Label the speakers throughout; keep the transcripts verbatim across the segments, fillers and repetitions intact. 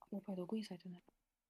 Speaker 1: やっぱりログインされてない。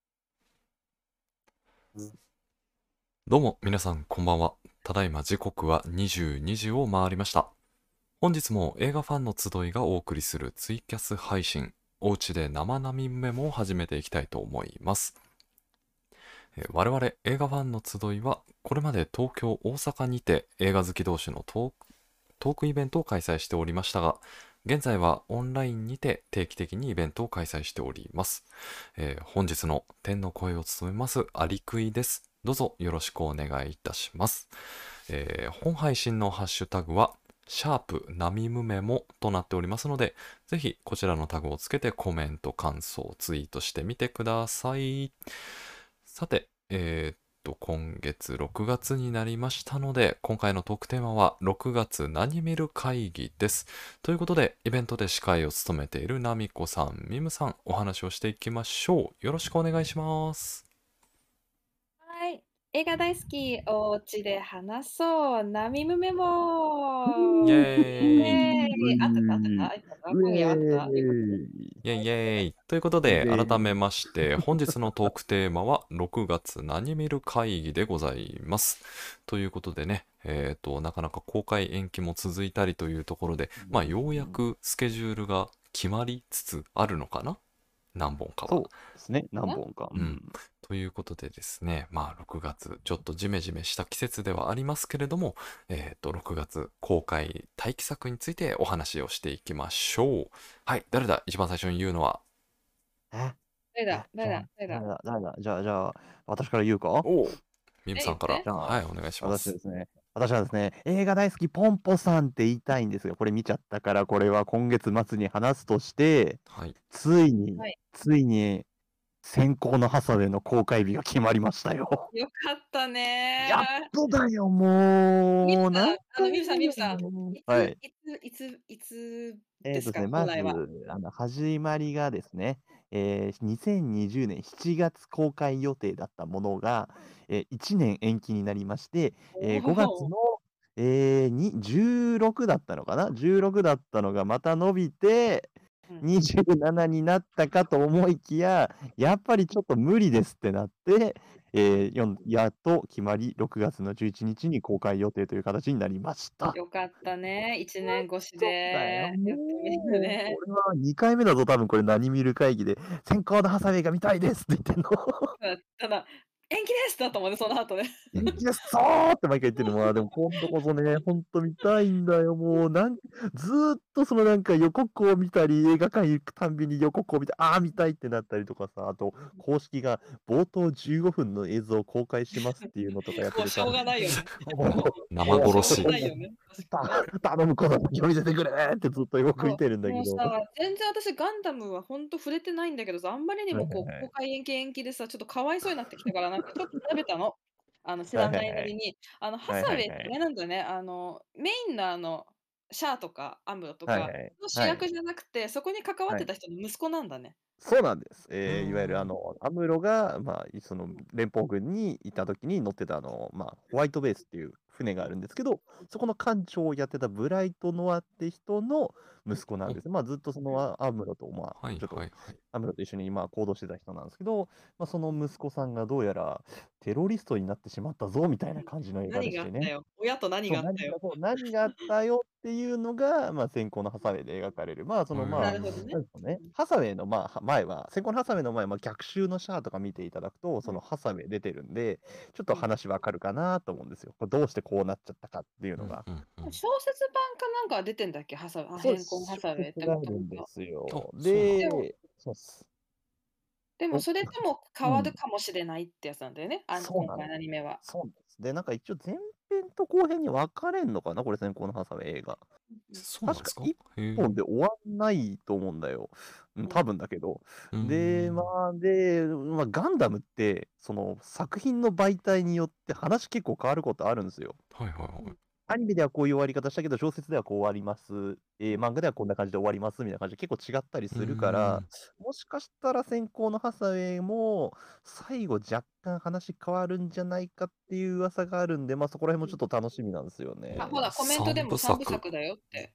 Speaker 2: どうも皆さんこんばんは。ただいま時刻はにじゅうにじを回りました。本日も映画ファンの集いがお送りするツイキャス配信、おうちで生並みメモを始めていきたいと思います。えー我々映画ファンの集いはこれまで東京、大阪にて映画好き同士のトークトークイベントを開催しておりましたが、現在はオンラインにて定期的にイベントを開催しております。えー本日の天の声を務めますアリクイです。どうぞよろしくお願いいたします。えー本配信のハッシュタグは、シャープナミムメモとなっておりますので、ぜひこちらのタグをつけてコメント、感想、ツイートしてみてください。さて、えーっと、今月ろくがつになりましたので、今回のトークテーマはろくがつ何見る会議です。ということで、イベントで司会を務めているナミコさん、ミムさん、お話をしていきましょう。よろしくお願いします。
Speaker 1: はい。映画大好き、お家で話そう、ナミムメモ
Speaker 2: イ
Speaker 1: イ
Speaker 2: エーイ。
Speaker 1: エーイ合ってた合ってた合ってた
Speaker 3: う
Speaker 1: 今夜合ってたいうこと
Speaker 3: え
Speaker 2: イェイイェイということ
Speaker 3: ー
Speaker 2: で、改め
Speaker 3: イ。
Speaker 2: まして、本日のトークテーマは、ろくがつ何見る会議でございます。ということでね、えっと、なかなか公開延期も続いたりというところで、まあ、ようやくスケジュールが決まりつつあるのかな、何本かは。
Speaker 3: そうですね。何本か。う
Speaker 2: うん。
Speaker 3: ん。
Speaker 2: ということでですね、まあろくがつ、ちょっとジメジメした季節ではありますけれども、えっと、ろくがつ公開待機作についてお話をしていきましょう。はい、誰だ一番最初に言うのは。
Speaker 3: え
Speaker 1: 誰
Speaker 3: え、
Speaker 1: だ誰
Speaker 3: じゃあ、
Speaker 1: だ誰だ
Speaker 3: 誰だ、誰だ、じゃあ、じゃあ、私から言うか。
Speaker 2: おお、ミム
Speaker 1: え、
Speaker 2: さんから。
Speaker 1: 言って。
Speaker 3: じゃあ、
Speaker 2: はい、お願いします。
Speaker 3: 私ですね。私はですね、映画大好きポンポさんって言いたいんですが、これ見ちゃったから、これは今月末に話すとして、
Speaker 2: はい。
Speaker 3: ついに、
Speaker 1: はい。
Speaker 3: ついに、先行のハサウェイの公開日が決まりましたよ。
Speaker 1: よかったね
Speaker 3: やっとだよ、
Speaker 1: ミム
Speaker 3: もう、
Speaker 1: さん、
Speaker 3: 何
Speaker 1: あの、ミムさん、
Speaker 3: 回目だ
Speaker 1: ミムさん、
Speaker 3: よ。
Speaker 1: いつ、
Speaker 3: はい。
Speaker 1: いつ、いつ、いつですか、
Speaker 3: えーとですね、まず、
Speaker 1: 本来は。
Speaker 3: あの、始まりがですね、えー、にせんにじゅうねんしちがつ公開予定だったものが、えー、いちねん延期になりまして、えー、ごがつ
Speaker 1: おお。
Speaker 3: の、えー、にじゅうろくだったのかな ?じゅうろく だったのがまた伸びて、
Speaker 1: うん。
Speaker 3: にじゅうななになったかと思いきや、やっぱりちょっと無理ですってなって、えー、よんやっと決まり、ろくがつのじゅういちにちに公開予定という形になりました。
Speaker 1: よかったね。一年越し
Speaker 3: そうだよ、
Speaker 1: でやってみる
Speaker 3: もう、
Speaker 1: ね。
Speaker 3: これはにかいめだぞ、多分これ何見る会議で、先行のハサウェイが見たいですって言ってんの。
Speaker 1: ただただ、延期ですだったもんね、その後ね。
Speaker 3: 延期ですそうって毎回言ってるのは、でも今度こそね、ほんと見たいんだよ、もう、なんずーっとそのなんか予告を見たり、映画館行くたんびに予告を見て、ああ、見たいってなったりとかさ、あと公式が冒頭じゅうごふんの映像を公開しますっていうのとかやっててさ、
Speaker 1: もうしょうがないよね。
Speaker 3: も
Speaker 2: 生
Speaker 3: う、も
Speaker 1: しょうが
Speaker 2: 殺し。
Speaker 1: ないよね、確かにね。
Speaker 3: た頼む、この先を見せてくれってずっと予告
Speaker 1: そう、
Speaker 3: 見てるんだけど。
Speaker 1: もうさ、全然私ガンダムはほんと触れてないんだけどさ、あんまりに
Speaker 3: はい
Speaker 1: もこう、
Speaker 3: はいはい。
Speaker 1: 公開延期延期でさ、ちょっとかわいそうになってきたから、なんかちょっと調べたの。あの、知
Speaker 3: はい
Speaker 1: らないな
Speaker 3: はいはい。
Speaker 1: りに。あの、ハ
Speaker 3: はい
Speaker 1: サウェイってあ
Speaker 3: はいはい。
Speaker 1: れなんだよね、あの、メインのあの、シャアとかアムロとか
Speaker 3: はいはい。
Speaker 1: の主
Speaker 3: はい。
Speaker 1: 役じゃなくて、そこに関わっ
Speaker 3: はい。
Speaker 1: てた人の息子なんだね。
Speaker 3: そうなんです。
Speaker 2: うー
Speaker 3: ええ、いわゆるあ
Speaker 2: ん。
Speaker 3: の、アムロが、まあ、いその連邦軍にいた時に乗ってたあの、まあ、ホワイトベースっていう船があるんですけど、そこの艦長をやってたブライト・ノアって人の息子なん
Speaker 2: お、
Speaker 3: です。まあ、ずっとそのアアムロと、まあ、
Speaker 2: はい
Speaker 3: ちょっと、
Speaker 2: はいはい。
Speaker 3: アムロと一緒にまあ行動してた人なんですけど、まあ、その息子さんがどうやらテロリストになってしまったぞみたいな感じの映画で
Speaker 1: 何
Speaker 3: してね。
Speaker 1: があったよ。親と何
Speaker 3: そう、
Speaker 1: があったよ。
Speaker 3: 何がそう、何があったよっていうのが、まあ、先行のハサウェイで描かれる。まあ、そ
Speaker 2: へ
Speaker 3: の、まあ、
Speaker 1: なるほどね。
Speaker 3: なんでしょうね、
Speaker 1: うん。
Speaker 3: ハサウェイの、まあ、は前は先行のハサウェイの前は、ま、逆襲のシャアとか見ていただくと、そ
Speaker 1: うん。
Speaker 3: のハサウェイ出てるんで、ちょっと
Speaker 1: うん。
Speaker 3: 話わかるかなと思うんですよ。これどうしてこうなっちゃったかっていう
Speaker 2: うん
Speaker 3: のが。
Speaker 2: うんうん。
Speaker 1: 小説版かなんか出てんだっけ？ハサあ、
Speaker 3: そう、
Speaker 1: 変更のハ
Speaker 3: 小
Speaker 1: サウェイって
Speaker 3: 説があ
Speaker 1: もともと。
Speaker 3: るんです
Speaker 2: あ、
Speaker 3: よ。
Speaker 2: そうなんだ。
Speaker 1: でも
Speaker 3: でそうっす。
Speaker 1: でも
Speaker 3: お、
Speaker 1: それでも変わる
Speaker 3: うん。
Speaker 1: かもしれないってやつなんだよね、あの、今回
Speaker 3: そうなん
Speaker 1: のアニメは。
Speaker 3: そうなんです。で、なんか一応前編と後編に分かれんのかな、これ先行のハサウェイ映画。
Speaker 1: うんうん。
Speaker 3: 確か
Speaker 2: そうなんすか？
Speaker 3: 1
Speaker 2: へえ。
Speaker 3: 本で終わんないと思うんだよ。うん、
Speaker 1: うん。
Speaker 3: 多分だけど。
Speaker 2: うー
Speaker 3: で、ま
Speaker 2: ん。
Speaker 3: あ、で、ま、ガンダムって、その作品の媒体によって話結構変わることあるんすよ。
Speaker 2: はいはいはい。
Speaker 1: うん。
Speaker 3: アニメではこういう終わり方したけど、小説ではこう終わります。ええ、
Speaker 1: うん。
Speaker 3: 漫画ではこんな感じで終わりますみたいな感じで結構違ったり
Speaker 2: うー
Speaker 3: するから、
Speaker 2: ん。
Speaker 3: もしかしたら先行のハサウェイも、最後若干話変わるんじゃないかっていう噂があるんで、ま、そこら辺も
Speaker 1: うん。
Speaker 3: ちょっと楽しみなんすよ
Speaker 1: あ、ほ
Speaker 3: ね。
Speaker 1: ら、コメントで
Speaker 2: 三
Speaker 1: もさんぶ
Speaker 2: 部作。
Speaker 1: さくだよって。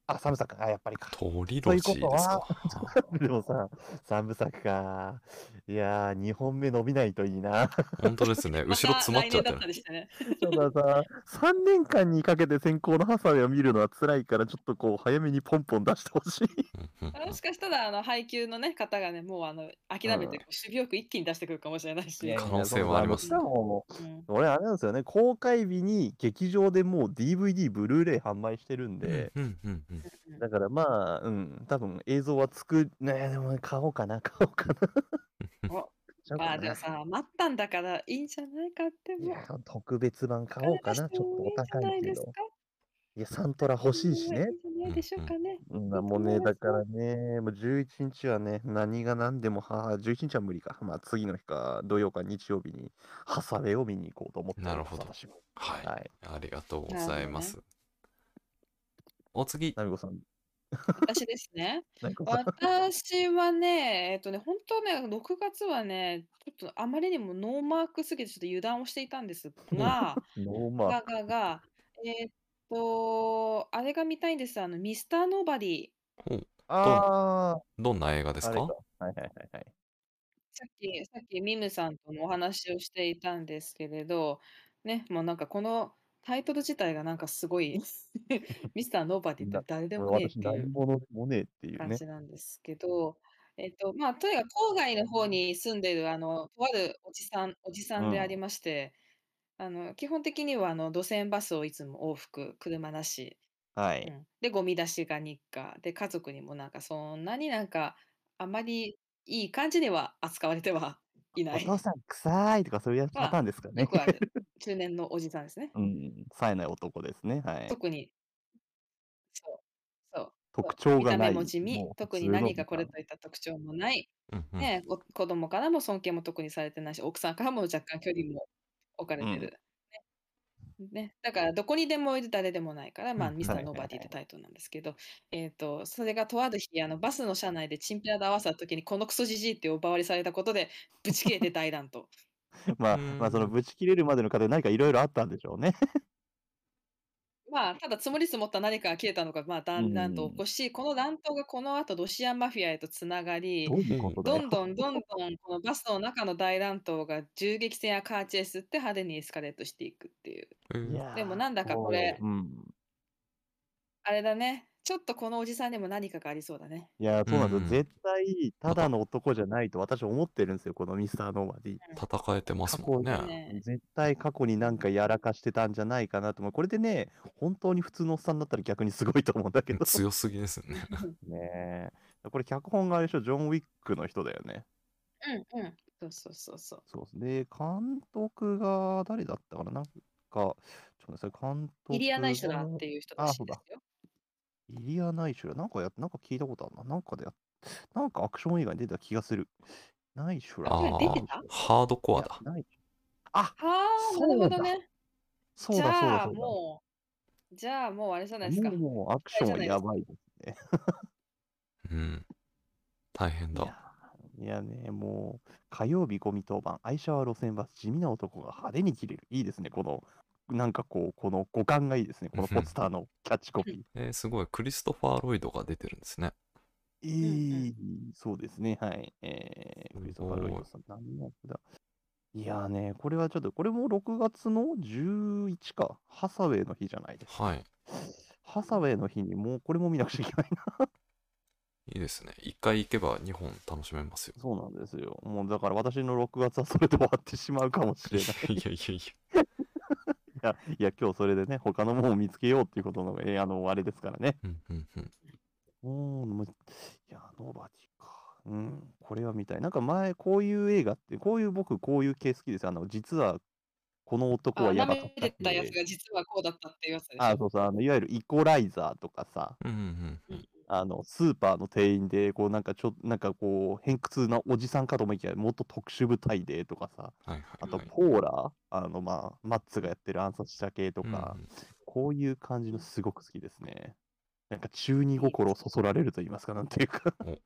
Speaker 3: あ、さんぶさく、あ、やっぱりか。
Speaker 2: トリ
Speaker 3: というこ
Speaker 2: ロジーです
Speaker 3: とは、
Speaker 2: か。
Speaker 3: でもさ、さんぶさくか。いやー、にほんめ伸びないといいな。
Speaker 2: 本当ですね。
Speaker 1: ま
Speaker 2: 後ろ
Speaker 1: た来年だっ
Speaker 2: 詰まっちゃってる。
Speaker 1: たりしてね。
Speaker 3: ちょっとさ、さんねんかんにかけて先行のハサウェイを見るのは辛いから、ちょっとこう、早めにポンポン出してほしい。
Speaker 2: うんうんうん
Speaker 1: もしかしたら、あの、配給のね、方がね、もうあの、諦めて、
Speaker 3: うん。
Speaker 1: こう守備よく一気に出してくるかもしれないし。
Speaker 2: 可能
Speaker 3: いやいや、そ
Speaker 2: 性
Speaker 3: うそう、あの、し
Speaker 2: はありますね。
Speaker 3: かも、
Speaker 1: うん。
Speaker 3: 俺あれなんですよね、公開日に劇場でもう ディーブイディー、ブルーレイ販売してるん
Speaker 2: うん
Speaker 3: で、
Speaker 2: うんうんうん。
Speaker 1: うんうん。
Speaker 3: だからまあ、うん、多分映像は作ね、でもね買おうかな、買おうかな。
Speaker 1: お、
Speaker 3: 買っちゃおう
Speaker 1: ま
Speaker 3: かな。
Speaker 1: あでもさ、待ったんだからいいんじゃないかっても。
Speaker 3: いや、特別版
Speaker 1: お金出し
Speaker 3: 買おうかな。ちょっとお
Speaker 1: てもいいんじゃないですか。
Speaker 3: 高いけど。いや、サントラ欲しいしね。
Speaker 1: いいんじゃないでしょうかね。
Speaker 3: うん、
Speaker 1: いいと
Speaker 3: もうね、
Speaker 1: 思いますよ。
Speaker 3: だからね、もうじゅういちにちはね、何が何でも、はあ、じゅういちにちは無理か。まあ、次の日か、土曜か日曜日に、ハサウェイを見に行こうと思っております、
Speaker 2: なるほど。
Speaker 3: 私も。
Speaker 2: はい。
Speaker 3: はい。
Speaker 2: ありがとうご
Speaker 1: なるほどね。
Speaker 2: ざいます。お次。
Speaker 3: なみこさん、
Speaker 1: 私ですね。
Speaker 3: なみこさん。
Speaker 1: 私はね、えっとね、本当ね、ろくがつはね、ちょっとあまりにもノーマークすぎてちょっと油断をしていたんですが、
Speaker 3: ノーマー
Speaker 1: が
Speaker 3: ク。
Speaker 1: がが、えっと、あれが見たいんです。あの、ミスターノーバディ。
Speaker 2: ほう。どん、
Speaker 3: あ
Speaker 2: どんな映画で
Speaker 3: ー、あれか。
Speaker 2: すか？
Speaker 3: はいはいはいはい。
Speaker 1: さっきさっきミムさんともお話をしていたんですけれど、ね、もうなんかこのタイトル自体がなんかすごいミスターノーバディって
Speaker 3: だ
Speaker 1: 誰でもねえっ
Speaker 3: 私、
Speaker 1: ていう
Speaker 3: 何者でもねえっていう
Speaker 1: 感
Speaker 3: ね。
Speaker 1: じなんですけど、えっと、まあ、とにかく郊外の方に住んでるあの、とあるおじさんおじさ
Speaker 3: うん。
Speaker 1: んでありまして、あの、基本的にはあの、路線バスをいつも往復、車なし。
Speaker 3: はい。
Speaker 1: うん。で、ゴミ出しが日課。で、家族にもなんかそんなになんか、あまりいい感じには扱われてはいない。
Speaker 3: お父さん臭いとかそういうやつパタ
Speaker 1: まあ、
Speaker 3: ーンですかね。
Speaker 1: よくある中年のおじさんですね。
Speaker 3: うん、冴えない男ですね。はい。
Speaker 1: 特にそう、そう、そ
Speaker 3: 特
Speaker 1: う。見た目
Speaker 3: 徴がない、
Speaker 1: も地味、
Speaker 3: もう普通
Speaker 1: 特に何かこれ
Speaker 3: のおじさん。
Speaker 1: といった特徴もない。
Speaker 2: うんうん。
Speaker 1: ね、お子供からも尊敬も特にされてないし、奥さんからも若干距離も置か
Speaker 3: うん。
Speaker 1: れてる。ね。ね、だからどこにでもいる誰でもないから、まあ、
Speaker 2: うんうん。
Speaker 1: ミスターノー
Speaker 3: はいはいはい。
Speaker 1: バディってタイトルなんですけど、えっと、それがとある日、あの、バスの車内でチンピラと合わさった時に、このクソじじいって呼ばわりされたことで、ぶち切れて大乱闘。
Speaker 3: まあ、
Speaker 2: うー
Speaker 3: まあ、その
Speaker 2: ん。
Speaker 3: ブチ切れるまでの過程、何かいろいろあったんでしょうね。
Speaker 1: まあ、ただ積もり積もった何かが切れたのか、まあ、
Speaker 3: う
Speaker 1: だんだんと起
Speaker 3: ん。
Speaker 1: こし、この乱闘がこの後ロシアンマフィアへとつながり、
Speaker 3: どういう
Speaker 2: ほう。
Speaker 3: ことだよ。
Speaker 1: どんどんどんどんこのバスの中の大乱闘が銃撃戦やカーチェイスって派手にエスカレートしていくっていう。
Speaker 2: えー、
Speaker 3: いやー、
Speaker 1: でもなんだかこれ、
Speaker 3: こう、うん。
Speaker 1: あれだね、ちょっとこのおじさんにも何かがありそうだね。
Speaker 3: いやー、
Speaker 2: う
Speaker 3: そうなんですよ。
Speaker 2: ん。
Speaker 3: 絶対、た
Speaker 2: また
Speaker 3: だの男じゃないと私思ってるんですよ、このミスターノーバディ。
Speaker 1: うん。
Speaker 2: 戦えてます
Speaker 3: 過去、
Speaker 2: もんね。
Speaker 1: ね
Speaker 3: 絶対過去に
Speaker 1: え。
Speaker 3: なんかやらかしてたんじゃないかなと思う。これでね、本当に普通のおっさんだったら逆にすごいと思うんだけど。
Speaker 2: 強すぎですね。
Speaker 3: ねえ。これ脚本があれでしょ、ジョン・ウィックの人だよね。
Speaker 1: うんうん。そうそうそうそう。
Speaker 3: そうですね。監督が誰だったかななんか、ちょっとね、それ監
Speaker 1: イリア・ナイ
Speaker 3: 督が、
Speaker 1: シュラーっていう人ら
Speaker 3: あ、そうだ。
Speaker 1: しいですよ。
Speaker 3: イリア・ナイシュラー。なんかや、なんか聞いたことあるな。なんかでや、なんかアクション映画に出た気がする。ナイシュラー、ナ
Speaker 1: え、出て
Speaker 2: ああ、
Speaker 3: イシュラー。
Speaker 1: た？
Speaker 2: ハードコ
Speaker 3: いや、
Speaker 2: アだ。
Speaker 3: ナイシュラー。あ、
Speaker 1: はあ、なる
Speaker 3: そうだ。
Speaker 1: ほどね。じ
Speaker 3: そうだ、そうだ、
Speaker 1: ゃあ、
Speaker 3: そうだ。
Speaker 1: もうじゃあ、もうあれじゃないです
Speaker 3: もう、
Speaker 1: か。
Speaker 3: もうアクションは
Speaker 1: あれじゃないですか。
Speaker 3: やばいですね。
Speaker 2: うん。大変だ。
Speaker 3: いやー、いやね、もう、火曜日ゴミ当番、愛車は路線バス、地味な男が派手に切れる。いいですね、この、なんかこう、この五感がいいですね、このポスターのキャッチコピー。
Speaker 2: えー、すごい。クリストファー・ロイドが出てるんですね。
Speaker 3: え
Speaker 1: うんうん。
Speaker 3: ー、そうですね、はい。えー、クリストファー・ロイドさん、何役だ。いやーね、これはちょっと、これもろくがつのじゅういちか、ハサウェイの日じゃないですか。
Speaker 2: はい。
Speaker 3: ハサウェイの日にもう、これも見なくちゃいけないな。
Speaker 2: いいですね。一回行けばにほん楽しめますよ。
Speaker 3: そうなんですよ。もうだから私のろくがつはそれで終わってしまうかもしれない。
Speaker 2: いやいやい
Speaker 3: いや、いや、今日それでね、他のものを見つけようっていうことの、えーあの、あれですからね。
Speaker 2: や。うんうんうん。
Speaker 3: うーん、もういや、ノーバディか。うん、これは見たい。なんか前、こういう映画って、こういう僕、こういう系好きですよ。あの、実は、この男は
Speaker 1: あ、
Speaker 3: や
Speaker 1: 舐め
Speaker 3: ばかった
Speaker 1: てたやつ
Speaker 3: 系。
Speaker 1: が実はこうだったっていうやつでし
Speaker 3: あ、
Speaker 1: ょ？
Speaker 3: そうそう、あの、いわゆるイコライザーとかさ、
Speaker 2: うんうんうんうん。
Speaker 1: うん。
Speaker 3: あの、スーパーの店員で、こう、なんかちょ、なんかこう、偏屈なおじさんかと思いきや、もっと特殊部隊でとかさ、
Speaker 2: はいはい
Speaker 3: あと、
Speaker 2: はい。
Speaker 3: ポーラー、あの、まあ、マッツがやってる暗殺者系と
Speaker 2: うんう
Speaker 3: か、
Speaker 2: ん。
Speaker 3: こういう感じのすごく好きですね。なんか中二
Speaker 1: いいで
Speaker 3: 心を
Speaker 1: す。
Speaker 3: そそられると言いますか、なんていうか。
Speaker 2: お、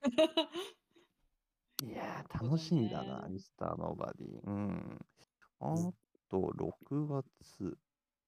Speaker 3: いやー、
Speaker 1: なるほど
Speaker 3: 楽しみだな、
Speaker 1: ね。
Speaker 3: ミスターノーバディ。うん。あと、ろくがつ。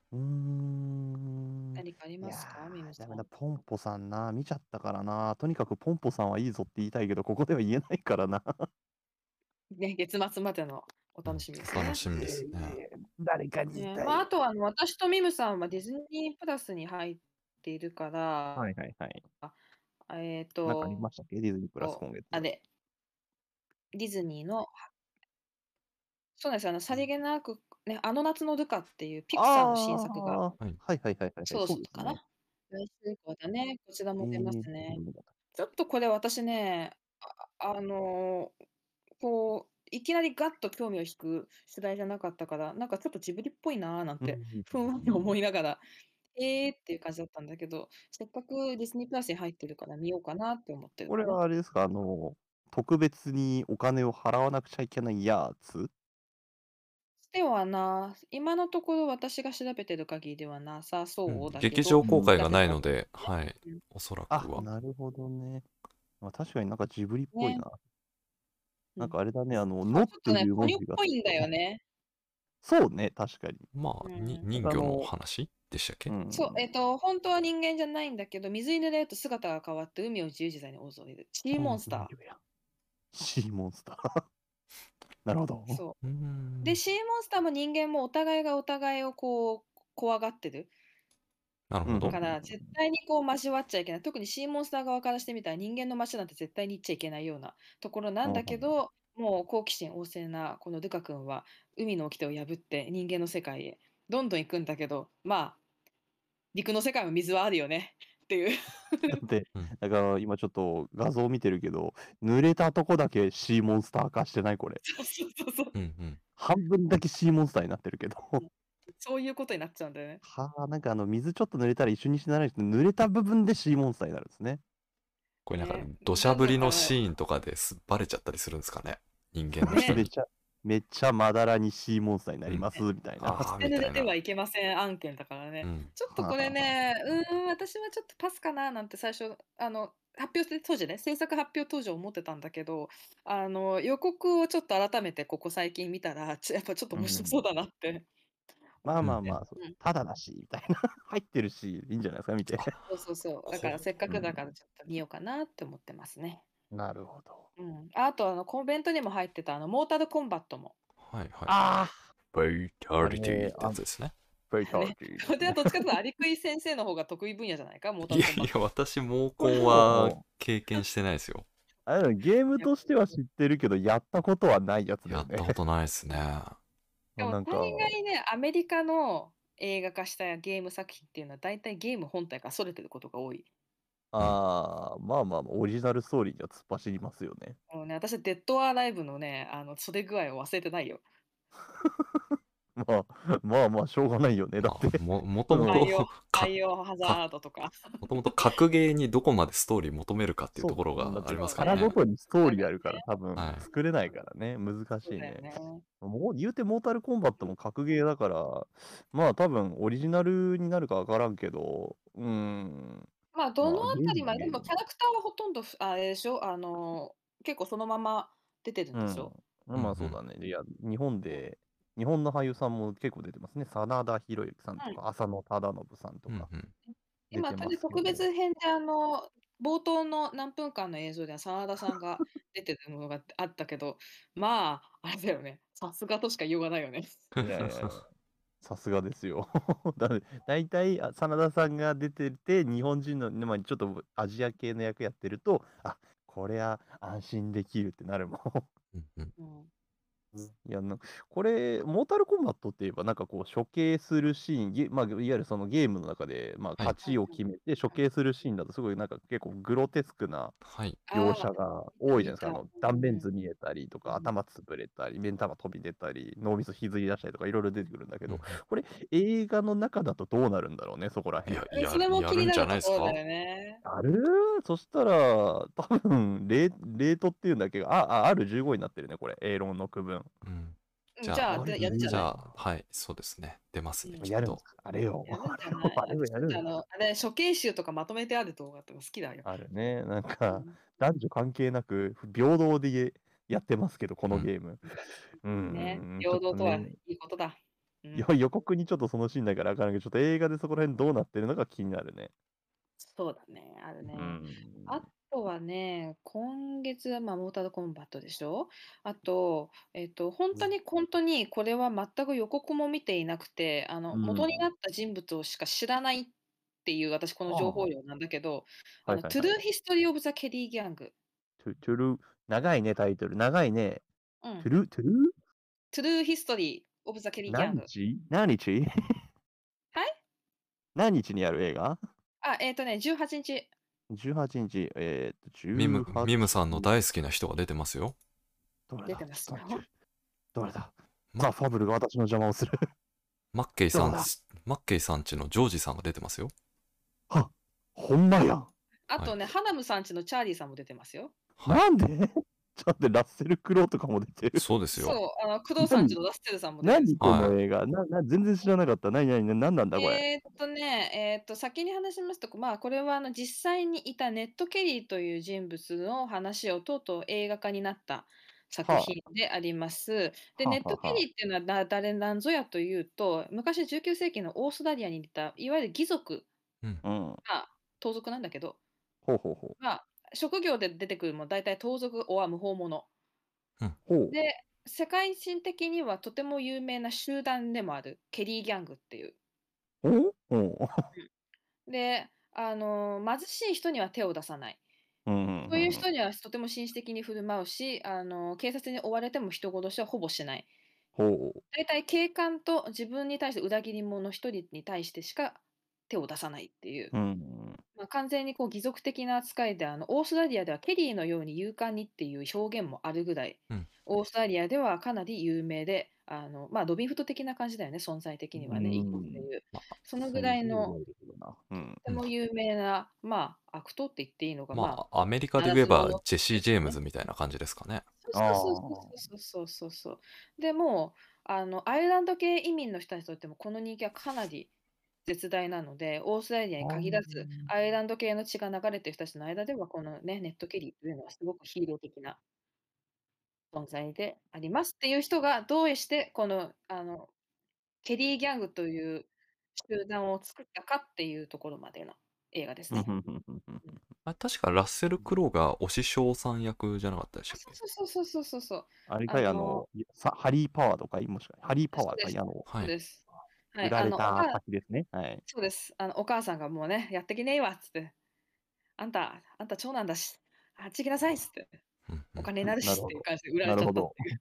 Speaker 3: うーん。
Speaker 1: 何かあり
Speaker 3: いや
Speaker 1: ますか？ミム
Speaker 3: ー、
Speaker 1: さん。
Speaker 3: ダメだ、ポンポさんな、見ちゃったからな。とにかくポンポさんはいいぞって言いたいけど、ここでは言えないからな。
Speaker 1: ね、月末までのお楽
Speaker 2: うん、
Speaker 1: しみですね。
Speaker 2: お楽しみ
Speaker 3: え
Speaker 2: ですね。
Speaker 3: え、誰かに言い
Speaker 1: ね、まあ、あ
Speaker 3: たい。
Speaker 1: とはあの、私とミムさんはディズニープラスに入っているか
Speaker 3: はい
Speaker 1: ら、
Speaker 3: はいはい。
Speaker 1: えっ
Speaker 3: なんかありま
Speaker 1: と、
Speaker 3: したっけ？ディズニープラス今月。
Speaker 1: あれ、ディズニーのそうなんですよ、あの、さりげなく、ね、あの夏のルカっていうピ
Speaker 3: あ
Speaker 1: クサーの新作が、
Speaker 3: あ、
Speaker 2: はい。
Speaker 3: はいはいはいはいはい、
Speaker 1: そろ
Speaker 3: そうですね。
Speaker 1: そろかな。来週以降だね、こちらも出ま
Speaker 3: ええ、
Speaker 1: すね。
Speaker 3: そうなんだ。
Speaker 1: ちょっとこれ私ね、ああの、こう、いきなりガッと興味を引く主題じゃなかったから、なんかちょっとジブリっぽいななんて、
Speaker 3: うんうん
Speaker 1: ふんわり
Speaker 3: うんうん。
Speaker 1: 思いながら、ええっていう感じだったんだけど、せっかくディズニープラスに入ってるから見ようかなって思ってる
Speaker 3: これ
Speaker 1: のね。
Speaker 3: はあれですか、あの、特別にお金を払わなくちゃいけないやつ？
Speaker 1: ではな、今のところ私が調べてる限りではなさ
Speaker 2: うん、
Speaker 1: そうだけ
Speaker 2: 劇場
Speaker 1: ど、
Speaker 3: うん。
Speaker 2: 公開が
Speaker 1: 調べたら
Speaker 2: ないので、
Speaker 1: ね。
Speaker 2: はい、
Speaker 1: うん。
Speaker 2: おそら
Speaker 3: あ、
Speaker 2: くは。
Speaker 3: なるほどね。ま、確かになんかジブリっぽい
Speaker 1: ね。
Speaker 3: な。
Speaker 1: うん。
Speaker 3: なんかあれだね、あの、
Speaker 1: そう、
Speaker 3: のっ
Speaker 1: ちょっとね、
Speaker 3: ていう文
Speaker 1: ポニョっ
Speaker 3: 字がちょっ
Speaker 1: ぽいんだよ
Speaker 3: と
Speaker 1: ね。
Speaker 3: そうね、確かに。
Speaker 2: まあ、に
Speaker 1: うん。
Speaker 3: なん
Speaker 2: 人魚の
Speaker 3: かあの
Speaker 2: 話でしたっ
Speaker 3: う
Speaker 2: け？
Speaker 1: そう、
Speaker 3: ん。
Speaker 1: えっと、ほんとは人間じゃないんだけど、水に濡れると姿が変わって海を自由自在に襲えるシー
Speaker 3: ポン
Speaker 1: モンスター。
Speaker 3: ポン魚や。シーモンスター。なるほど。
Speaker 1: そう。
Speaker 2: うー
Speaker 1: で、
Speaker 2: ん。
Speaker 1: シーモンスターも人間もお互いがお互いをこう、怖がってる
Speaker 3: うん、ふん
Speaker 2: なるほど。
Speaker 3: ふんふん
Speaker 1: から、絶対にこう交わっちゃいけない。特にシーモンスター側からしてみたら、人間の街なんて絶対に行っちゃいけないようなところなんだ
Speaker 3: うん、ふん。
Speaker 1: けど、もう好奇心旺盛なこのルカ君は、海の掟を破って人間の世界へどんどん行くんだけど、まあ、陸の世界も水はあるよねっていう。
Speaker 3: だって、
Speaker 2: うん。
Speaker 3: だから今ちょっと画像見てるけど、濡れたとこだけシーモンスター化してない？これ。
Speaker 1: そうそうそうそう。
Speaker 2: うんうん。
Speaker 3: 半分だけシーモンスターになってるけど。
Speaker 1: うん。そういうことになっちゃうんだよね。
Speaker 3: はあ、なんかあの水ちょっと濡れたら一緒にしならないと、濡れた部分でシーモンスターになるんですね。
Speaker 2: これなんか
Speaker 1: ね、
Speaker 2: 土砂降りの
Speaker 1: だだから
Speaker 2: シーンとかですバレちゃったりするんですかね？人間の人
Speaker 1: ね。
Speaker 2: に。
Speaker 3: めっちゃめっちゃまだらにシーモンスターにな
Speaker 2: うん。
Speaker 3: りますみたいな。
Speaker 2: ああ、
Speaker 1: 捨て濡れて
Speaker 2: みたいな。
Speaker 1: はいけません案件だからね。
Speaker 2: うん。
Speaker 1: ちょっとこれ
Speaker 3: はあはあはあ。
Speaker 1: ね、うーん、私はちょっとパスかななんて最初、あの、発表して当時ね、制作発表当時思ってたんだけど、あの、予告をちょっと改めてここ最近見たら、ちやっぱちょっと
Speaker 3: う
Speaker 1: 面白そうだ
Speaker 3: ん。
Speaker 1: なって思って。
Speaker 3: まあまあまあ、そう
Speaker 1: うん。
Speaker 3: ただだしみたいな。入ってるし、いいんじゃないですか、見て。
Speaker 2: あ、
Speaker 1: そうそうそう。だか
Speaker 2: こ
Speaker 1: らせっか
Speaker 3: うん。
Speaker 1: くだからちょっと見ようかなって思ってますね。
Speaker 3: なるほど。
Speaker 1: うん。あとあのコメントにも入ってたあのモータルコンバットも。
Speaker 2: はいはいはい。
Speaker 3: あ
Speaker 2: フェイタ
Speaker 3: あ、あ
Speaker 2: リティって
Speaker 3: れ、あ、
Speaker 2: やつですね。
Speaker 3: フェイタリ
Speaker 1: ね。
Speaker 3: ティですね。
Speaker 1: それはどっちかというとアリクイ先生の方が得意分野じゃないか、モータ
Speaker 2: いやいや、
Speaker 1: ルコンバット。
Speaker 2: 私、毛
Speaker 3: これ
Speaker 2: 根
Speaker 3: で
Speaker 2: は
Speaker 3: も、
Speaker 2: 経験してないですよ。
Speaker 3: あれだよ、ゲーム
Speaker 1: いや、
Speaker 3: としては知ってるけど、やったことはないやつだよね。
Speaker 2: やったことないですね。
Speaker 3: ま、
Speaker 1: でも大
Speaker 3: なんか
Speaker 1: 概ね、アメリカの映画化したゲーム作品っていうのは、だいたいゲーム本体から逸れてることが多い。
Speaker 2: うん。
Speaker 3: ああ、まあまあまあ、オリジナルストーリーには突っ走りますよね。
Speaker 1: もうね、私デッド・オア・アライブのね、あの、それ具合を忘れてないよ。
Speaker 3: まあ、まあまあ、しょうがないよね。だっ
Speaker 2: まあ、
Speaker 3: て、
Speaker 2: ももともと、
Speaker 3: その
Speaker 1: バイオバ
Speaker 2: か
Speaker 1: イオハ
Speaker 2: か
Speaker 1: ザードとか。
Speaker 2: もともと格ゲーにどこまでストーリー求めるかっていうところ
Speaker 3: そう、だって
Speaker 2: があります
Speaker 1: そうね。
Speaker 2: からね。
Speaker 3: キャラごとにストー
Speaker 1: だからね。
Speaker 3: リーあるから、多分
Speaker 2: はい。
Speaker 3: 作れないからね、難しいね。
Speaker 1: そうだよね。
Speaker 3: もう言うてモータルコンバットも格ゲーだから、まあ、多分オリジナルになるか分からんけど、うーん、
Speaker 1: まあ、どの
Speaker 3: まあ、ゲー
Speaker 1: あたりまで、で
Speaker 3: ムはゲーム。
Speaker 1: もキャラクターはほとんど、ふあれでしょ、あの、結構そのまま出てるん
Speaker 3: うん。
Speaker 1: でしょ？
Speaker 2: うんう
Speaker 3: まあ、そうだ
Speaker 2: ん。
Speaker 3: ね。いや、日本
Speaker 1: うん。
Speaker 3: で日本の俳優さんも結構出てますね。真田広之さんと
Speaker 1: うん。
Speaker 3: か、浅野忠信さんとか
Speaker 2: うんうん。
Speaker 3: 出て
Speaker 1: 今、
Speaker 3: ますけど。
Speaker 1: 特別編で、あの、冒頭の何分間の映像では真田さんが出てるものがあったけど、まあ、あれだよね、さすがとしか言いようがないよね。
Speaker 3: いやいやいや、さすがですよ。だ大体、あ、真田さんが出てて、日本人の、ね、まあ、ちょっとアジア系の役やってると、あ、これは安心できるってなるもん。
Speaker 2: うんうん。
Speaker 1: うん。
Speaker 3: いや、なこれ、モータルコンバットって言えば、なんかこう処刑するシーン、ゲまあ、いわゆるそのゲームの中で、まあ、
Speaker 2: はい。
Speaker 3: 勝ちを決めて処刑するシーンだと、すごいなんか結構グロテスクな
Speaker 2: はい。
Speaker 3: 描
Speaker 1: ああ、
Speaker 3: 写が多いじゃないですか。あ
Speaker 1: 見た。
Speaker 3: の、断
Speaker 1: うん。
Speaker 3: 面図見えたりとか、
Speaker 1: うん。
Speaker 3: 頭潰れたり、目ん玉飛び出たり、脳みそひずり出したりとか、いろいろ出てくるんだけど、
Speaker 2: うんうん。
Speaker 3: これ、映画の中だとどうなるんだろうね、そこら
Speaker 2: いや、
Speaker 3: 辺。
Speaker 1: うん、それ
Speaker 2: やる
Speaker 1: も気にな
Speaker 2: やるんじゃ
Speaker 1: るところだ
Speaker 2: ないですか？
Speaker 1: よね。
Speaker 3: やる？そしたら、多分レレートっていうんだけど、ああ、アールじゅうご になってるね、これ、エーロンの区分。
Speaker 2: うん。
Speaker 1: うん、
Speaker 2: じゃあ
Speaker 1: じゃあ、で、やるんじゃない？
Speaker 2: じゃあ、はい、そうですね。出ますね、
Speaker 1: うん。
Speaker 2: きっと。
Speaker 3: やるんですか？あれよ。
Speaker 1: やるん
Speaker 3: あれを
Speaker 1: じゃない？
Speaker 3: あれを
Speaker 1: 私
Speaker 3: やるんですか？
Speaker 1: だってあの、あれ、処刑集とかまとめてある動画とか好きだよ。
Speaker 3: あるね。なん
Speaker 1: う
Speaker 3: か、
Speaker 1: ん。
Speaker 3: 男女関係なく、平等でやってますけど、こ
Speaker 2: うん。
Speaker 3: のゲーム。うー
Speaker 1: ね、
Speaker 3: ん、ちょ
Speaker 1: 平等とは
Speaker 3: っとね、
Speaker 1: いいことだ。 うん。
Speaker 3: よ予告にちょっとそのシーンないからわからんけど、ちょっと映画でそこら辺どうなってるのか気になるね。
Speaker 1: そうだね、ある
Speaker 3: う
Speaker 1: ね。あ
Speaker 3: ん。
Speaker 1: とはね、今月は、まあ、モータルコンバットでしょ。あと、えっと、本当に本当にこれは全く予告も見ていなくて、あの、
Speaker 3: うん。
Speaker 1: 元になった人物をしか知らないっていう、私この情報
Speaker 3: あ
Speaker 1: 量なんだけど、
Speaker 3: あ、
Speaker 1: あの、トゥルー
Speaker 3: はいはいはい。
Speaker 1: ヒストリー・オブ・ザ・ケリー・ギャング。
Speaker 3: トゥトゥルー長いね、タイトル。長いね。
Speaker 1: うん。
Speaker 3: トゥルトゥルー
Speaker 1: トゥルーヒストリー・オブ・ザ・ケリー・ギャング。
Speaker 3: 何日何日
Speaker 1: はい？
Speaker 3: 何日にやる映画
Speaker 1: あ、えっとね、じゅうはちにち。
Speaker 3: ?じゅうはちにち、えーっと、
Speaker 2: ミム、
Speaker 3: 18
Speaker 2: ミムさんの
Speaker 3: 日。
Speaker 2: 大好きな人が出てますよ。
Speaker 3: どれだ
Speaker 1: 出てます
Speaker 3: ちょっと待って
Speaker 1: よ。
Speaker 3: どれだ
Speaker 2: マ
Speaker 3: ザ・ファブルが私の邪魔をする。
Speaker 2: マッケイさん、
Speaker 3: どうだ
Speaker 2: マッケイさんちのジョージさんが出てますよ。
Speaker 3: はほんまやん。
Speaker 1: あとね、ハナムさんちのチャーリーさんも出てますよ。
Speaker 2: はい。
Speaker 3: なんでちょっと待って、ラッセル・クロウとかも出てる。
Speaker 2: そうですよ。
Speaker 1: そう、あの、工藤さんちのラステルさんも出てるんです
Speaker 3: 何こ
Speaker 2: はい
Speaker 3: の映画なな全然知らなかった。何何何何なんだこれ。
Speaker 1: えーっとね、えーっと、先に話しますと、まあ、これはあの実際にいたネット・ケリーという人物の話をとうとう映画化になった作
Speaker 3: は
Speaker 1: 品であります。で、
Speaker 3: は
Speaker 1: ネット・
Speaker 3: はは
Speaker 1: ケリーっていうのはだ誰なんぞやというと、昔じゅうきゅう世紀のオーストラリアにいた、いわゆる義族
Speaker 2: うん。
Speaker 3: うん。
Speaker 1: が盗賊なんだけど、
Speaker 3: ほうほうほ
Speaker 1: まあ、職業で出てくるも大体盗賊おは無法者。
Speaker 3: う。ほう。
Speaker 1: で、世界人的にはとても有名な集団でもあるケリーギャングっていう。
Speaker 3: おお
Speaker 1: うんで、あの、貧しい人には手を出さない。
Speaker 3: うんうん
Speaker 1: そういう人にはとても紳士的に振る舞うし、あの、警察に追われても人殺しはほぼしない。
Speaker 3: ほう。
Speaker 1: 大体警官と自分に対して裏切り者一人に対してしか手を出さないっていう。
Speaker 3: うん。
Speaker 1: まあ、完全にこう義族的な扱いで、あの、オーストラリアではケリーのように勇敢にっていう表現もあるぐらい、
Speaker 2: うん。
Speaker 1: オーストラリアではかなり有名で、あの、まあ、ロビンフッド的な感じだよね、存在的に
Speaker 3: う
Speaker 1: はね、イコって
Speaker 3: ん。
Speaker 1: いう。
Speaker 2: まあ、
Speaker 1: そのぐ
Speaker 3: す
Speaker 1: らいの
Speaker 3: げえ覚えるけどな。うん。
Speaker 1: とても有名な、まあ、悪党って言っていいのか、ま
Speaker 2: まあ、アメリカ
Speaker 1: あ、
Speaker 2: で言えば
Speaker 1: ならず者
Speaker 2: ジェシー・
Speaker 1: ですよね。
Speaker 2: ジェームズみたいな感じですかね。
Speaker 1: そうそう
Speaker 3: あ
Speaker 1: そうそうそうそうそうそう。でも、あの、アイルランド系移民の人たちにとってもこの人気はかなり絶大なので、オーストラリア
Speaker 3: あ。あ
Speaker 1: に限らず、アイルランド系の血が流れてる人たちの間では、このね、ネットケリーというのはすごくヒーロー的な存在でありますっていう人がどうして、この、あの、ケリーギャングという集団を作ったかっていうところまでの映画です
Speaker 3: うん
Speaker 1: ね。
Speaker 3: うんうんうん
Speaker 1: うん。
Speaker 2: あ、確かラッセル・クロウが推し匠さん役じゃなかったでし
Speaker 1: あ、
Speaker 2: たっけ？
Speaker 1: そうそうそうそうそうそう。
Speaker 3: あれかい、あ
Speaker 1: あの
Speaker 3: の、いさハリーパワーとかいもしくはハリーパ
Speaker 1: そうです。
Speaker 3: ワーかい、あの、
Speaker 1: そう
Speaker 2: はい。
Speaker 1: です。はい、
Speaker 3: 売ら
Speaker 1: あの、お
Speaker 3: れた
Speaker 1: か
Speaker 3: 先ですね。はい。
Speaker 1: そうです。あの、お母さんがもうね、やってけねえわっつって、あんたあんた長男だし、あっち行きなさいっつって、
Speaker 2: うんう
Speaker 1: お
Speaker 2: ん。
Speaker 1: 金になるし
Speaker 3: なるほど。
Speaker 1: っていう感じで売られちゃ
Speaker 3: なるほど。
Speaker 1: ったっていう。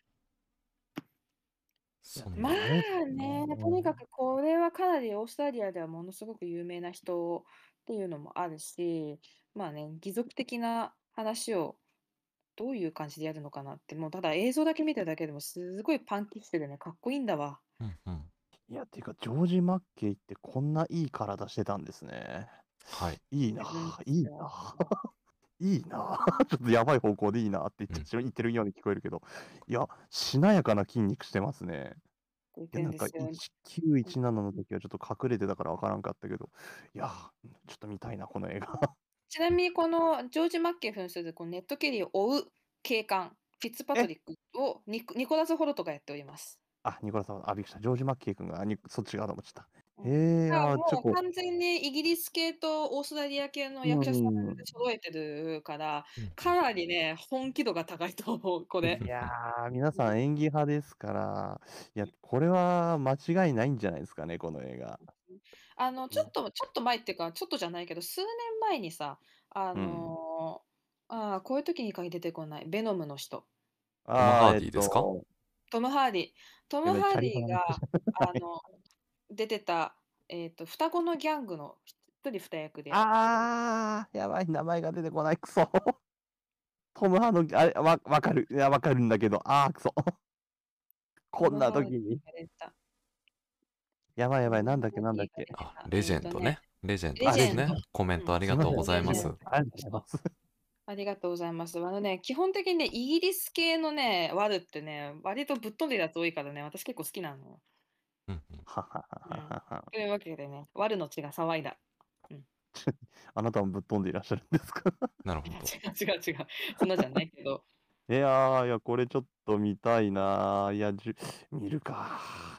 Speaker 3: いや、
Speaker 2: そん
Speaker 1: まあ
Speaker 3: でもあれですよ
Speaker 1: ね、
Speaker 3: ね。
Speaker 1: とにかくこれはかなりオーストラリアではものすごく有名な人っていうのもあるし、まあね、義族的な話をどういう感じでやるのかなって、もうただ映像だけ見ただけでもすごいパンキッシュでね、かっこいいんだわ。
Speaker 2: うんうん。
Speaker 3: いや、ていうか、ジョージ・マッケイってこんないい体してたんですね。
Speaker 2: はい。
Speaker 3: いいな
Speaker 1: 自分で
Speaker 3: ぁ、いいな
Speaker 1: よ。
Speaker 3: ぁ。いいなぁ。ちょっとやばい方向でいいなって言っ
Speaker 2: うん。
Speaker 3: ちゃし言ってるように聞こえるけど、いや、しなやかな筋肉してますね。
Speaker 1: 言っ
Speaker 3: いや、なんか
Speaker 1: てんですよ。
Speaker 3: いちきゅういちななの時はちょっと隠れてたからわからんかったけど、いや、ちょっと見たいな、この映画。
Speaker 1: ちなみにこのジョージ・マッケイ扮するこのネット・ケリーを追う警官、フィッツパト
Speaker 3: え
Speaker 1: リックをニコニコラス・ホルトがやっております。
Speaker 3: あ、ニコラスさん、あ、びっくりした。ジョージ・マッケイ君が、あにそっち側だと思っちゃった。
Speaker 1: うん。
Speaker 3: へえ、
Speaker 1: だから
Speaker 3: あー、ちょっと、
Speaker 1: もう完全にイギリス系とオーストラリア系の
Speaker 3: う
Speaker 1: 役者さん
Speaker 3: ん。
Speaker 1: で揃えてるから、
Speaker 2: うんうん
Speaker 1: かなりね、本気度が高いと思う、これ。
Speaker 3: いやー、皆
Speaker 1: うん。
Speaker 3: さん演技派ですから、いや、これは間違いないんじゃないですかね、この映画。
Speaker 1: あの、ちょっとちょっと前っていうか、ちょっとじゃないけど、数年前にさ、あ
Speaker 3: うん。
Speaker 1: の、ああ、こういう時に限り出てこない、ベノムの人。
Speaker 2: トム・
Speaker 3: ああ、
Speaker 2: ハー
Speaker 3: えっ
Speaker 2: ディですか？
Speaker 3: と、
Speaker 1: トム・ハーディ。トム・
Speaker 3: えなチ
Speaker 1: ハー
Speaker 3: ャリ派の人じ
Speaker 1: ディが、
Speaker 3: ゃない。
Speaker 1: あの、出てた、えっと、双子のギャングの一人二役で、
Speaker 3: ああ、やばい、名前が出てこない、くそ。トム・ハーの、あれ、わわかる。いや、わかるんだけど、ああ、くそ。こん
Speaker 1: トム・ハーディ
Speaker 3: な時に。
Speaker 1: が出た。
Speaker 3: やばいやばい、
Speaker 1: トム・ハ
Speaker 3: なんだっけなんだっけ。
Speaker 1: ーディが出て
Speaker 2: あ、
Speaker 1: た。
Speaker 2: レジ
Speaker 1: えっとね、
Speaker 2: ェンドね。レジェンド
Speaker 3: あ、
Speaker 1: レジェンド。
Speaker 2: ですね。コメントありがとうご
Speaker 3: すいません。
Speaker 2: ざいます。
Speaker 1: レジェンド
Speaker 3: ありがとうござい
Speaker 1: の人。
Speaker 3: ます。
Speaker 1: ありがとうございます。あのね、基本的にね、イギリス系のね、ワルってね、割とぶっ飛んでるやつ多いからね、私結構好きなの。
Speaker 2: うんうん。
Speaker 3: はは
Speaker 1: うん。
Speaker 3: ははは。
Speaker 1: というわけでね、ワルの血が騒いだ。うん。
Speaker 3: あなたもぶっ飛んでいらっしゃるんですか？
Speaker 2: なるほど。
Speaker 1: 違う違う違う。そんなじゃないけど。
Speaker 3: いやー、いや、これちょっと見たいなー。いや、じゅ見るか。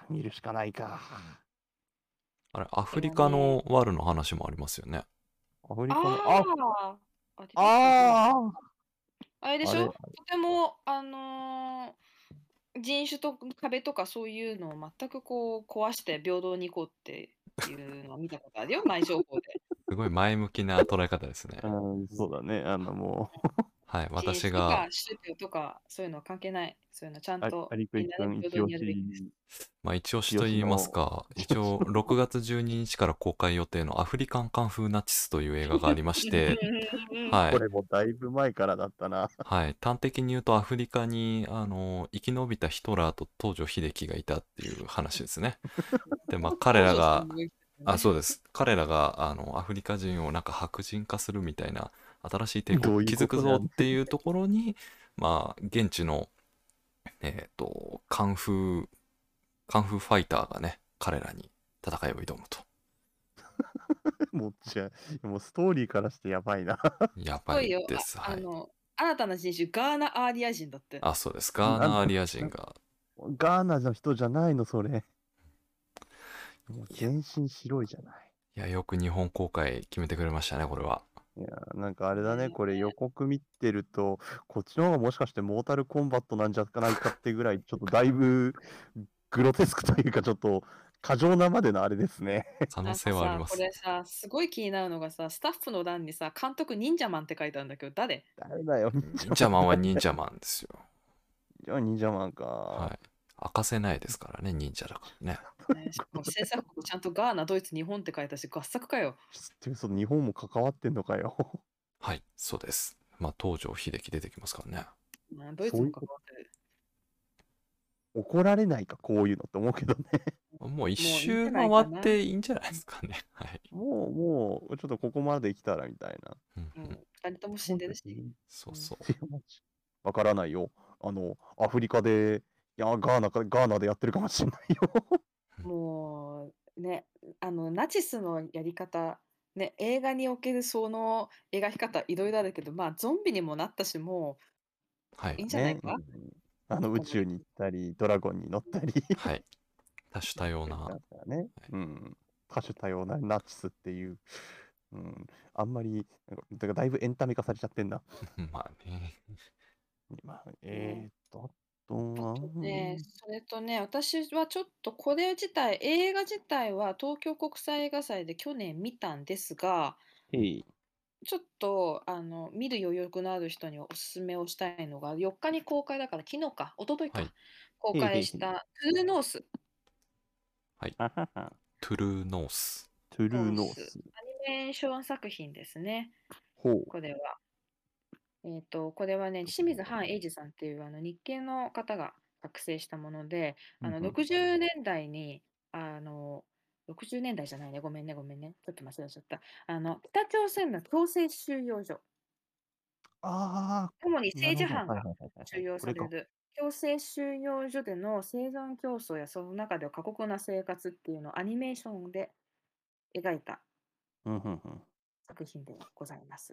Speaker 3: 見るしかないか。
Speaker 2: あれ、アフリ
Speaker 1: 今ね、
Speaker 2: カのワルの話もありますよね。
Speaker 3: アフリ
Speaker 1: あ
Speaker 3: カの、あ、
Speaker 1: あ、あ、出てきた、どう
Speaker 3: あ
Speaker 1: あれで
Speaker 3: あ、あれ、
Speaker 1: しょとても、あのー人種と壁とかそういうのを全くこう壊して平等に行こうっていうのを見たことあるよ、前情報で。
Speaker 2: すごい前向きな捉え方ですね。
Speaker 3: うん、そうだね。あの、も
Speaker 2: はい、
Speaker 1: 人
Speaker 2: 私が、
Speaker 1: 種とか宗教とかそういうのは関係ない。そういうのちゃん
Speaker 3: う、あ
Speaker 1: と
Speaker 3: アリク
Speaker 1: みんなで
Speaker 3: イ君一押
Speaker 1: 平等にやるべきです。
Speaker 3: し、
Speaker 2: まあ一押し
Speaker 3: 一押し
Speaker 2: と言います
Speaker 3: の、
Speaker 2: か、
Speaker 3: 一
Speaker 2: 一応
Speaker 3: 押しの、
Speaker 2: ろくがつじゅうににちから公開予定のアフリカンカンフーナチスという映画がありまして、は
Speaker 3: こ
Speaker 2: い、
Speaker 3: れもだいぶ前からだったな。
Speaker 2: はい、端的に言うとアフリカに、あの、生き延びたヒトラーと東條英機がいたっていう話ですね。で、まあ彼
Speaker 1: 東
Speaker 2: らが、
Speaker 1: 條さんも言ってたよ
Speaker 2: あ、
Speaker 1: ね。
Speaker 2: そうです。彼らが、あの、アフリカ人をなんか白人化するみたいな、新しい帝国
Speaker 3: どういう
Speaker 2: 築くぞっ
Speaker 3: ことやねん。
Speaker 2: ていうところに、まあ、現地の、えっと、カンフー、カンフーファイターがね、彼らに戦いを挑むと。
Speaker 3: もう、じゃあ、もうストーリーからしてやばいな。
Speaker 2: やば
Speaker 1: すごいよ。
Speaker 2: いです。
Speaker 1: あ、
Speaker 2: はい。
Speaker 1: あの、新たな人種、ガーナアーリア人だって。
Speaker 2: あ、そうです。ガー
Speaker 3: なんだ、
Speaker 2: ナアリア人が、
Speaker 3: ガーナの人じゃないの、それ。もう
Speaker 2: いや、
Speaker 3: 全身白いじゃない。
Speaker 2: いや、よく日本公開決めてくれましたね、これは。
Speaker 3: いや、なんかあれだね、
Speaker 1: ね
Speaker 3: これ予告見てると、こっちの方がもしかしてモータルコンバットなんじゃないかってぐらい、ちょっとだいぶグロテスクというか、ちょっと過剰なまでのあれですね。
Speaker 2: 可能性
Speaker 1: なんかさ、
Speaker 2: はあります。
Speaker 1: これさ、すごい気になるのがさ、スタッフの欄にさ、監督忍者マンって書いてあるんだけど、誰？
Speaker 3: 誰だよ、忍者
Speaker 2: 忍者マンは
Speaker 3: マン誰だよ。
Speaker 2: 忍者マンですよ。
Speaker 3: じゃあ忍者マンか。
Speaker 2: はい。明かせないですからね、忍者だからね。
Speaker 1: ね、しかも制作国ちゃんとガーナ、ドイツ、日本って書いたし、合作かよ。
Speaker 3: ていうその日本も関わってんのかよ。
Speaker 2: はい、そうです。まあ、東條英機出てきますからね。
Speaker 1: まあドイツも
Speaker 3: そういうこと
Speaker 1: 関わってる。
Speaker 3: 怒られないか、こういうのって思うけどね。
Speaker 2: もう一
Speaker 1: もういいんじ
Speaker 2: 周回
Speaker 1: ゃないかな。
Speaker 2: っていいんじゃないですかね。はい。
Speaker 3: もう、もう、ちょっとここまで来たらみたいな。
Speaker 2: うん
Speaker 1: うん、
Speaker 2: うん、
Speaker 1: 二人とも死んでるし。
Speaker 2: そうそう。
Speaker 3: わからないよ。あの、アフリカで、いや、ガーナか、ガーナでやってるかもしれないよ。
Speaker 1: もう、ね、あの、ナチスのやり方、ね、映画におけるその描き方、いろいろあるけど、まあ、ゾンビにもなったし、も
Speaker 2: はい
Speaker 1: ういいんじゃない
Speaker 3: ね、
Speaker 1: か。
Speaker 3: あの
Speaker 1: どこまで。
Speaker 3: 宇宙に行ったり、ドラゴンに乗ったり、
Speaker 2: はい。多種多様な。
Speaker 3: なんかね、うん、多種多様なナチスっていう、うん、あんまり、なんかだからだいぶエンタメ化されちゃってんな。
Speaker 2: まあね。
Speaker 3: まあ、
Speaker 1: ね、
Speaker 3: えーっと、あと
Speaker 1: あ
Speaker 3: は、
Speaker 1: とね、それとね、私はちょっとこれ自体、映画自体は東京国際映画祭で去年見たんですが、
Speaker 3: へい、
Speaker 1: ちょっとあの見る余力のある人にお勧めをしたいのが、よっかに公開だから昨日か、一昨日か、
Speaker 2: はい。
Speaker 1: 公
Speaker 3: へいへいへい、
Speaker 1: 開したトゥルーノース。
Speaker 2: はい。
Speaker 3: あはは、
Speaker 2: トゥルーノース。
Speaker 3: トゥルーノー
Speaker 1: ノース。
Speaker 3: ス。
Speaker 1: アニメーション作品ですね。
Speaker 3: ほう。
Speaker 1: これは。えっと、これはね、清水半英二さんっていうあの日系の方が作成したもので、あの
Speaker 3: うんうん
Speaker 1: ろくじゅうねんだいに、あの、ろくじゅうねんだいじゃないね、ごめんね、ごめんね、ちょっと間違えちゃった。あの、北朝鮮の強制収容所、
Speaker 3: あ
Speaker 1: 主に
Speaker 3: あ、なるほど。
Speaker 1: 政治犯が
Speaker 3: はいはいはいはいは
Speaker 1: 収
Speaker 3: い。これか。
Speaker 1: 容される強制収容所での生存競争やその中では過酷な生活っていうのをアニメーションで描いた
Speaker 3: うんうんうん。
Speaker 1: 作品でございます。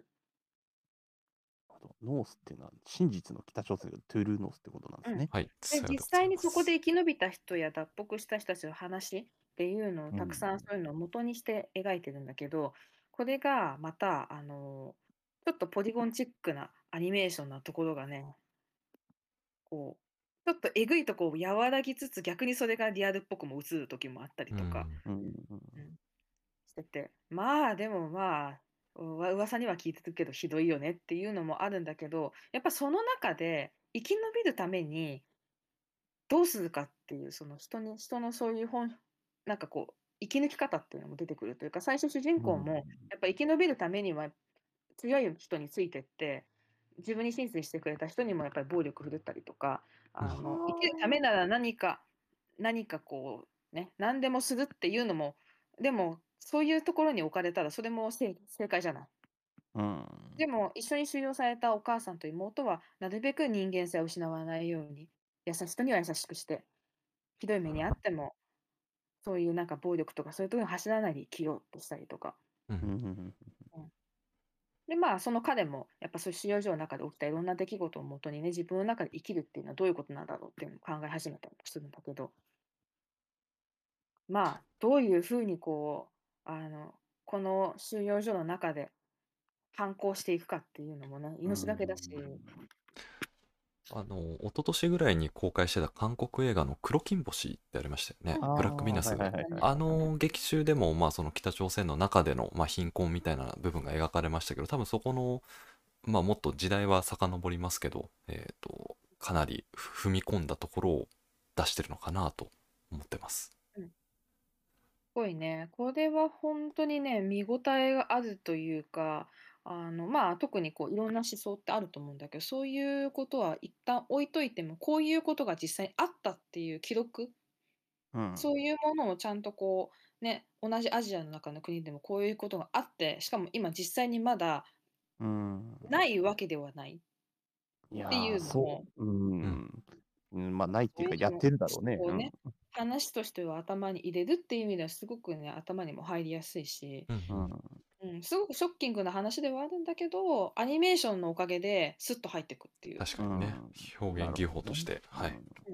Speaker 3: ノースっていうのは真実の北朝鮮がトゥルーノースってことなんで
Speaker 1: うん。
Speaker 3: すね。
Speaker 2: はい。
Speaker 1: で、
Speaker 2: さようで
Speaker 1: 実
Speaker 2: ございま
Speaker 1: 際にそこで
Speaker 2: す。
Speaker 1: 生き延びた人や脱北した人たちの話っていうのを
Speaker 3: うん。
Speaker 1: たくさんそういうのを元にして描いてるんだけど、これがまた、あの、ちょっとポリゴンチックなアニメーションなところがね、こう、ちょっとえぐいとこを和らぎつつ、逆にそれがリアルっぽくも映る時もあったり
Speaker 2: う
Speaker 1: とか、
Speaker 2: ん。
Speaker 3: うんうん
Speaker 1: うんしてて、まあでもまあ、うわ噂には聞いてるけどひどいよねっていうのもあるんだけど、やっぱその中で生き延びるためにどうするかっていう、その人に人のそういう本なんかこう、生き抜き方っていうのも出てくるというか、最初主人
Speaker 3: うん
Speaker 1: 公もやっぱ生き延びるためには強い人についてって、自分に親切してくれた人にもやっぱり暴力振るったりとか、
Speaker 2: うん。
Speaker 1: あの生きるためなら何か何かこうね、何でもするっていうのも、でもそういうところに置かれたらそれも正正解じゃない。
Speaker 3: うん
Speaker 1: でも一緒に収容されたお母さんと妹はなるべく人間性を失わないように、優し人には優しくして、ひどい目にあってもそういうなんか暴力とかそういうところに走らないで生きようとしたりとか。
Speaker 2: う。
Speaker 3: うんんうん
Speaker 1: うん。で、まあ、その彼もやっぱそういう収容所の中で起きたいろんな出来事をもとにね、自分の中で生きるっていうのはどういうことなんだろうっていうのを考え始めたりもするんだけど、 まあ、どういう風にこう、あの、この収容所の中で反抗していくかっていうのもね、
Speaker 3: う
Speaker 1: 命がけだし。
Speaker 3: ん。
Speaker 2: あの、一昨年ぐらいに公開してた韓国映画の黒金星ってありましたよね。
Speaker 1: うん、
Speaker 2: ブラックヴィ
Speaker 3: ああ、
Speaker 2: ナス。
Speaker 3: はいはいはいはい
Speaker 1: ね。
Speaker 2: あ
Speaker 3: はいはい。
Speaker 2: の劇中でも、まあ、その北朝鮮の中での、まあ、貧困みたいな部分が描かれましたけど、多分そこの、まあ、もっと時代は遡りますけど、えっと、かなり踏み込んだところを出してるのかなと思ってます。
Speaker 1: うん。すごいね。これは本当にね、見応えがあるというか、あの、まあ、特にこういろんな思想ってあると思うんだけど、そういうことは一旦置いといても、こういうことが実際にあったっていう記録、
Speaker 3: うん。
Speaker 1: そういうものをちゃんとこう、ね、同じアジアの中の国でもこういうことがあって、しかも今実際にまだ
Speaker 3: うん。
Speaker 1: ないわけではないっ
Speaker 3: いやー、
Speaker 1: ていうの
Speaker 3: そ
Speaker 1: も、
Speaker 3: う、う
Speaker 2: うん。
Speaker 3: ん。うん、ま、ないっていうか、
Speaker 1: そういうのも
Speaker 3: やってるだろうね。うん。
Speaker 1: 思想をね、話としては頭に入れるっていう意味ではすごくね、頭にも入りやすいし、
Speaker 2: うんうん。
Speaker 3: うん。
Speaker 1: うん、すごくショッキングな話ではあるんだけど、アニメーションのおかげでスッと入ってくっていう。
Speaker 3: う
Speaker 2: 確かにね、
Speaker 3: ん。
Speaker 2: 表現技
Speaker 3: なるほどね。
Speaker 2: 法として。はい。
Speaker 3: うん。
Speaker 1: うん。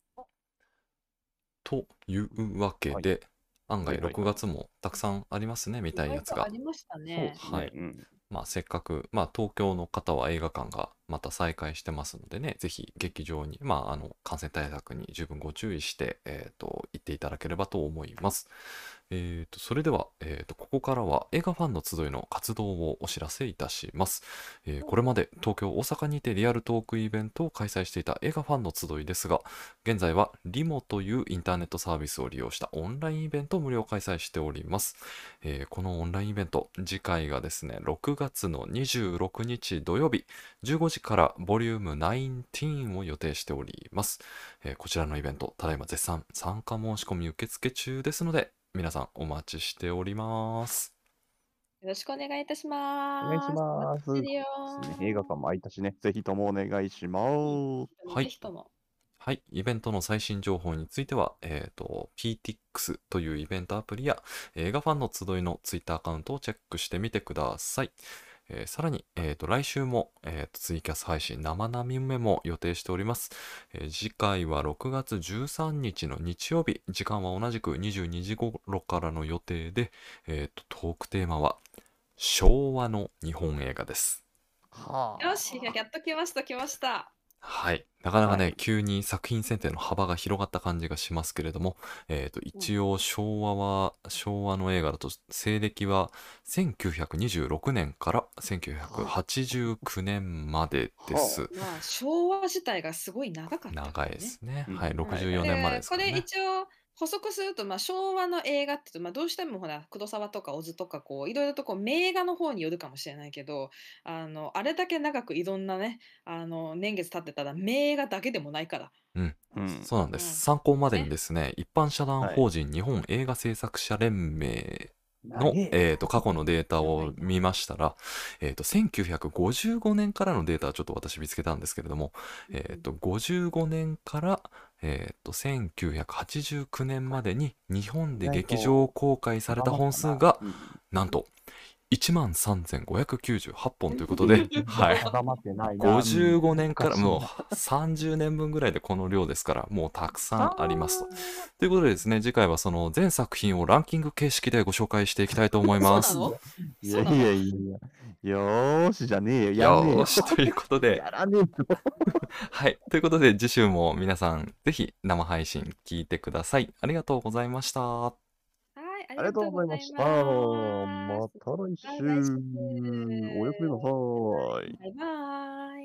Speaker 2: というわけ
Speaker 3: はい。
Speaker 2: で、案外6
Speaker 3: はいはいはい。
Speaker 2: 月もたくさんありますね、見
Speaker 1: 意外とあ
Speaker 2: たいやつが。
Speaker 1: りましたね。
Speaker 3: そうですね。
Speaker 2: はい。
Speaker 3: うん。
Speaker 2: まあ、せっかく、まあ、東京の方は映画館がまた再開してますのでね、ぜひ劇場に、まあ、あの、感染対策に十分ご注意して、えっと、行っていただければと思います。えっと、それでは、えっと、ここからは映画ファンの集いの活動をお知らせいたします。えーこれまで東京、大阪にてリアルトークイベントを開催していた映画ファンの集いですが、現在はリモというインターネットサービスを利用したオンラインイベントを無料開催しております。えーこのオンラインイベント、次回がですね、ろくがつのにじゅうろくにち土曜日、じゅうごじからボリュームじゅうきゅうを予定しております。えーこちらのイベント、ただいま絶賛参加申し込み受付中ですので、皆さんお待ちしております。
Speaker 1: よろしくお願いいたし
Speaker 3: お願いし
Speaker 1: ます。お待
Speaker 3: ます。そう
Speaker 1: ちしてるよ
Speaker 3: ですね。映画館も
Speaker 1: ー。
Speaker 3: 開いたしね、ぜひともお願いしま
Speaker 1: うん、ぜ
Speaker 3: す。
Speaker 1: ひとも
Speaker 2: はい。
Speaker 1: ぜひとも。
Speaker 2: はい。イベントの最新情報については、えっと、ピーティックス というイベントアプリや映画ファンの集いのツイッターアカウントをチェックしてみてください。えーさらに、えっと、来週も、えっと、ツイキャス配信生並みも予定しております。えー次回はろくがつじゅうさんにちの日曜日、時間は同じくにじゅうにじ頃からの予定で、えっと、トークテーマは昭和の日本映画です。
Speaker 1: よし、や
Speaker 3: は
Speaker 1: やっと来ました来ました。
Speaker 2: はい。なかな
Speaker 3: あ。
Speaker 2: かね、
Speaker 3: はい。
Speaker 2: 急に作品選定の幅が広がった感じがしますけれども、えっと、
Speaker 1: うん。
Speaker 2: 一応昭和は、昭和の映画だと、西暦はせんきゅうひゃくにじゅうろくねんから
Speaker 3: は
Speaker 2: せんきゅうひゃくはちじゅうきゅうねんまでで
Speaker 3: あ。はあ。
Speaker 2: す。
Speaker 1: まあ、昭和自体がすごい長かったか
Speaker 2: 長いで
Speaker 1: らね。
Speaker 2: すね。はい。
Speaker 3: うん。はい
Speaker 2: 64
Speaker 3: はいはい。
Speaker 2: 年までで
Speaker 1: で、これ
Speaker 2: すからね。
Speaker 1: 一応補足すると、まあ、昭和の映画っていうと、まあ、どうしてもほら、黒沢とか小津とかこう、いろいろとこう名画の方によるかもしれないけど、あの、あれだけ長くいろんなね、あの、年月経ってたら名画だけでもないから。
Speaker 2: うん。
Speaker 3: うん。
Speaker 2: そうなんで
Speaker 1: うん。
Speaker 2: す。参考までに
Speaker 1: ね。
Speaker 2: ですね、一般社団
Speaker 3: はい。
Speaker 2: 法人日本映画制作者連盟の、
Speaker 3: 長え。
Speaker 2: えーと、過去のデータ
Speaker 1: 長いな。
Speaker 2: を見ましたら、えーと、せんきゅうひゃくごじゅうごねんからのデータはちょっと私見つけたんですけれども、
Speaker 1: うんうん。
Speaker 2: えーと、ごじゅうごねんから、えーと、せんきゅうひゃくはちじゅうきゅうねんまでに日本
Speaker 3: 意外
Speaker 2: で劇場
Speaker 3: と
Speaker 2: 公開され
Speaker 3: 狭
Speaker 2: た
Speaker 3: まったな。
Speaker 2: 本数が、
Speaker 3: うん。
Speaker 2: なんといちまんさんぜんごひゃくきゅうじゅうはちほんということで、
Speaker 3: 全然
Speaker 2: はい。
Speaker 3: 定まってないな。うん。
Speaker 2: ごじゅうごねんからも
Speaker 3: 難しいな。
Speaker 2: うさんじゅうねんぶんぐらいでこの量ですから、もうたくさ
Speaker 3: は
Speaker 2: んありますと。
Speaker 3: あ。
Speaker 2: ということでですね、次回はその全作品をランキング形式でご紹介していきたいと思います。
Speaker 1: そうなの？
Speaker 3: いやい
Speaker 1: そうなの？
Speaker 3: やいや。よーしじゃねえよ。やんねえよ。
Speaker 2: よーし、ということで、
Speaker 3: やらねえよ。
Speaker 2: はい。ということで、次週も皆さん、ぜひ生配信聞いてください。ありがとうございました。
Speaker 1: はい、ありが
Speaker 3: ありがとう
Speaker 1: とうござい
Speaker 3: ございました。
Speaker 1: ます。
Speaker 3: また来
Speaker 1: また
Speaker 3: 週。
Speaker 1: 来週。
Speaker 3: おやすみなさい。
Speaker 1: バイバイ。